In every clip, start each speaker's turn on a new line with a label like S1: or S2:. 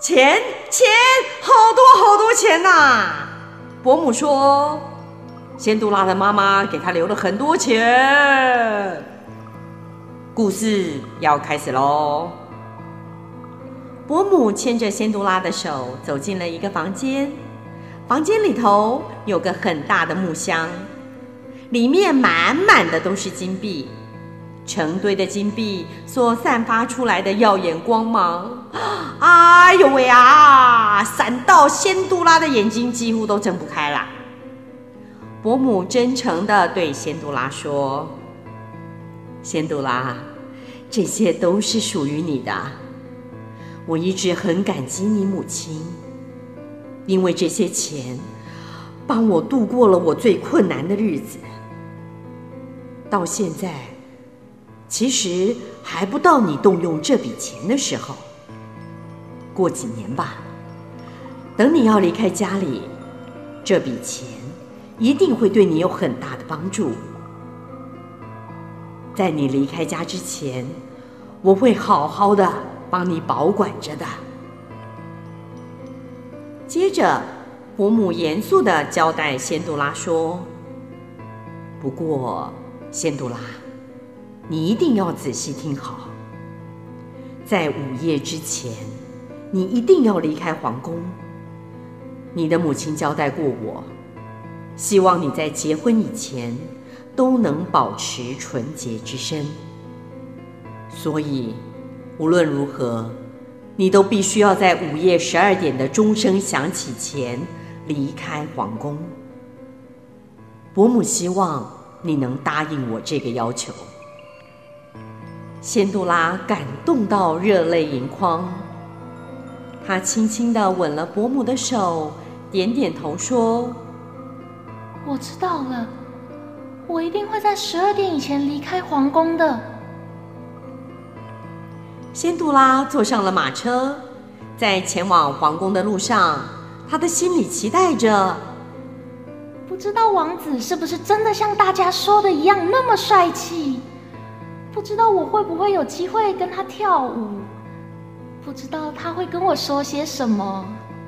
S1: 钱，好多好多钱呐！伯母说，仙杜拉的妈妈给她留了很多钱。故事要开始咯。伯母牵着仙杜拉的手走进了一个房间，房间里头有个很大的木箱，里面满满的都是金币，成堆的金币所散发出来的耀眼光芒，哎呦喂啊，闪到仙杜拉的眼睛几乎都睁不开了。伯母真诚地对仙杜拉说，仙杜拉，这些都是属于你的，我一直很感激你母亲，因为这些钱帮我度过了我最困难的日子。到现在其实还不到你动用这笔钱的时候，过几年吧，等你要离开家里，这笔钱一定会对你有很大的帮助。在你离开家之前，我会好好的帮你保管着的。接着，伯母严肃地交代仙杜拉说，不过仙杜拉，你一定要仔细听好，在午夜之前，你一定要离开皇宫。你的母亲交代过我，希望你在结婚以前都能保持纯洁之身，所以无论如何，你都必须要在午夜12点的钟声响起前离开皇宫。伯母希望你能答应我这个要求。仙杜拉感动到热泪盈眶，她轻轻地吻了伯母的手，点点头说，
S2: 我知道了，我一定会在12点以前离开皇宫的。
S1: 仙杜拉坐上了马车，在前往皇宫的路上，她的心里期待着，
S2: 不知道王子是不是真的像大家说的一样那么帅气，不知道我会不会有机会跟他跳舞，不知道他会跟我说些什么。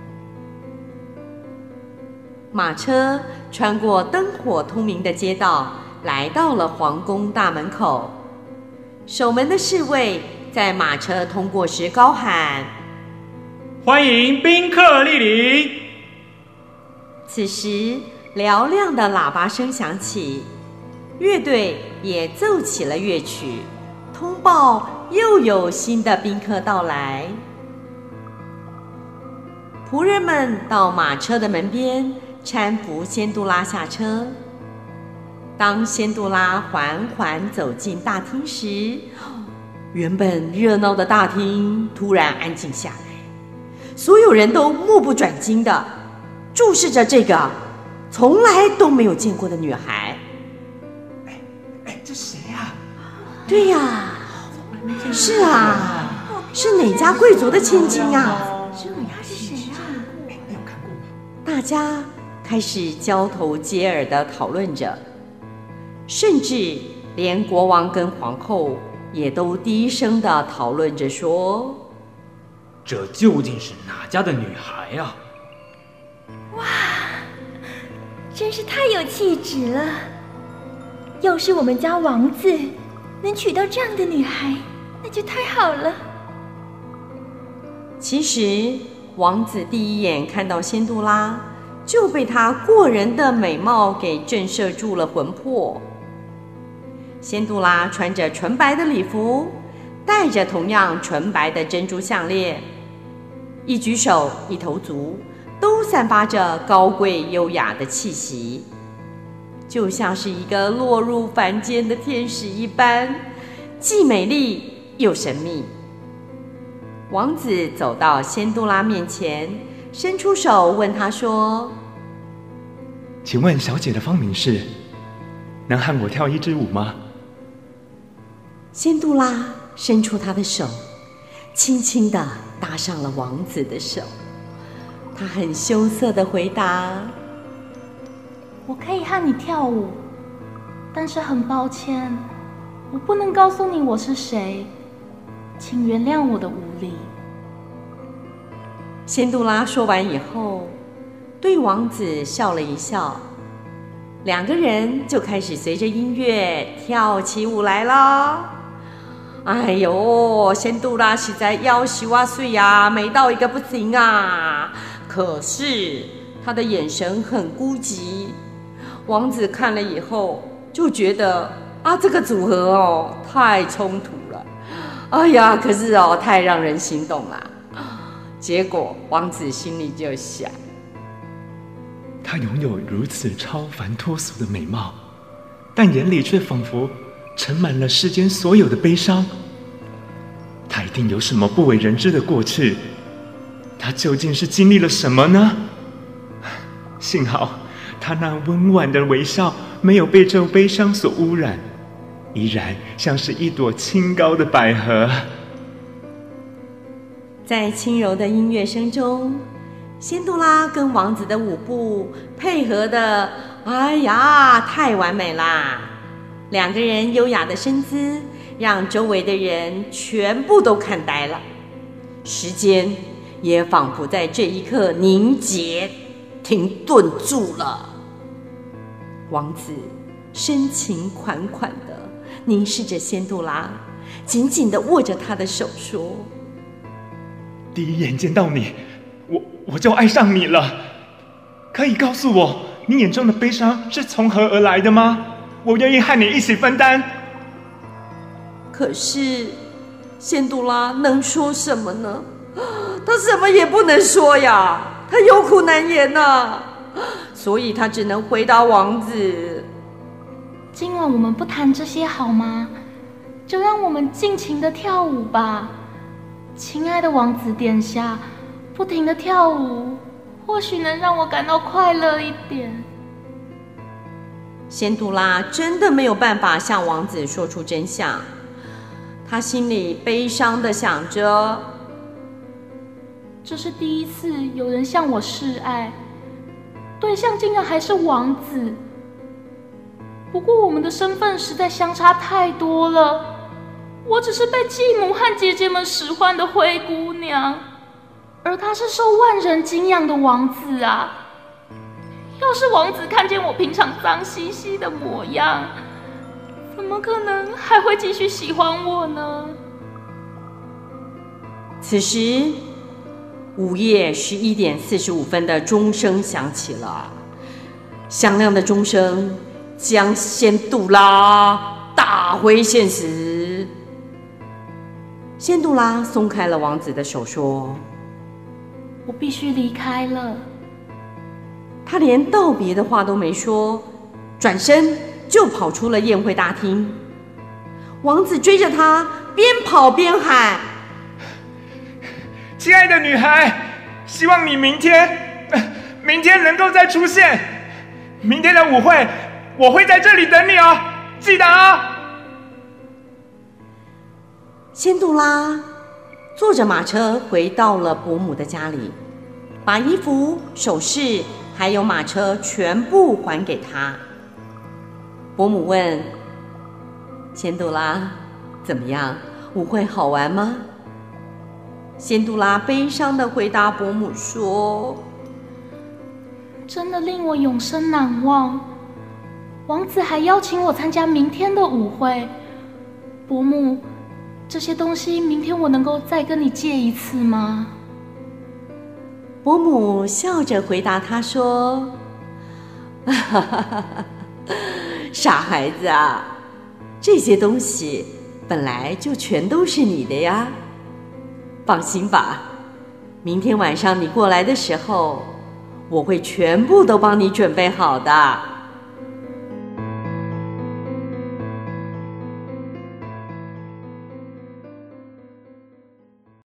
S1: 马车穿过灯火通明的街道，来到了皇宫大门口。守门的侍卫在马车通过时高喊，
S3: 欢迎宾客莅临。
S1: 此时嘹亮的喇叭声响起，乐队也奏起了乐曲，通报又有新的宾客到来。仆人们到马车的门边搀扶仙杜拉下车。当仙杜拉缓缓走进大厅时，原本热闹的大厅突然安静下来，所有人都目不转睛地注视着这个从来都没有见过的女孩。
S3: 这谁啊？
S1: 对呀，是啊，是哪家贵族的千金啊？
S2: 是谁啊？
S3: 有看过吗？
S1: 大家开始交头接耳地讨论着，甚至连国王跟皇后也都低声地讨论着说，
S3: 这究竟是哪家的女孩啊？
S4: 哇，真是太有气质了！要是我们家王子能娶到这样的女孩，那就太好了。
S1: 其实王子第一眼看到仙杜拉，就被她过人的美貌给震慑住了魂魄。仙杜拉穿着纯白的礼服，戴着同样纯白的珍珠项链，一举手一投足都散发着高贵优雅的气息，就像是一个落入凡间的天使一般，既美丽又神秘。王子走到仙杜拉面前，伸出手问她说，
S5: 请问小姐的芳名是？能和我跳一支舞吗？
S1: 仙杜拉伸出她的手，轻轻地搭上了王子的手。她很羞涩地回答，
S2: 我可以和你跳舞，但是很抱歉，我不能告诉你我是谁，请原谅我的无礼。
S1: 仙杜拉说完以后，对王子笑了一笑，两个人就开始随着音乐跳起舞来了。哎呦，仙杜拉实在要死哇碎呀，美到一个不行啊！可是他的眼神很孤寂，王子看了以后就觉得这个组合太冲突了，哎呀，可是太让人心动了。结果王子心里就想，
S5: 她拥有如此超凡脱俗的美貌，但眼里却仿佛盛满了世间所有的悲伤。她一定有什么不为人知的过去，她究竟是经历了什么呢？幸好她那温婉的微笑没有被这悲伤所污染，依然像是一朵清高的百合。
S1: 在轻柔的音乐声中，仙杜拉跟王子的舞步配合的，哎呀，太完美啦！两个人优雅的身姿让周围的人全部都看呆了，时间也仿佛在这一刻凝结停顿住了。王子深情款款地凝视着仙杜拉，紧紧地握着她的手说，
S5: 第一眼见到你，我就爱上你了。可以告诉我，你眼中的悲伤是从何而来的吗？我愿意和你一起分担。
S1: 可是仙杜拉能说什么呢？她什么也不能说呀，她有苦难言呐，所以她只能回答王子，
S2: 今晚我们不谈这些好吗？就让我们尽情的跳舞吧。亲爱的王子殿下，不停的跳舞，或许能让我感到快乐一点。
S1: 仙杜拉真的没有办法向王子说出真相，她心里悲伤的想着，
S2: 这是第一次有人向我示爱，对象竟然还是王子。不过我们的身份实在相差太多了，我只是被继母和姐姐们使唤的灰姑娘，而他是受万人敬仰的王子啊！要是王子看见我平常脏兮兮的模样，怎么可能还会继续喜欢我呢？
S1: 此时午夜11点45分的钟声响起了，响亮的钟声将仙杜拉打回现实。仙杜拉松开了王子的手，说，
S2: 我必须离开了。
S1: 他连道别的话都没说，转身就跑出了宴会大厅。王子追着他，边跑边喊，
S5: 亲爱的女孩，希望你明天能够再出现。明天的舞会我会在这里等你哦，记得啊。
S1: 仙杜拉坐着马车回到了伯母的家里，把衣服、首饰还有马车全部还给他。伯母问仙杜拉，怎么样，舞会好玩吗？仙杜拉悲伤地回答伯母说，
S2: 真的令我永生难忘。王子还邀请我参加明天的舞会。伯母，这些东西明天我能够再跟你借一次吗？
S1: 伯母笑着回答他说，傻孩子啊，这些东西本来就全都是你的呀，放心吧，明天晚上你过来的时候，我会全部都帮你准备好的。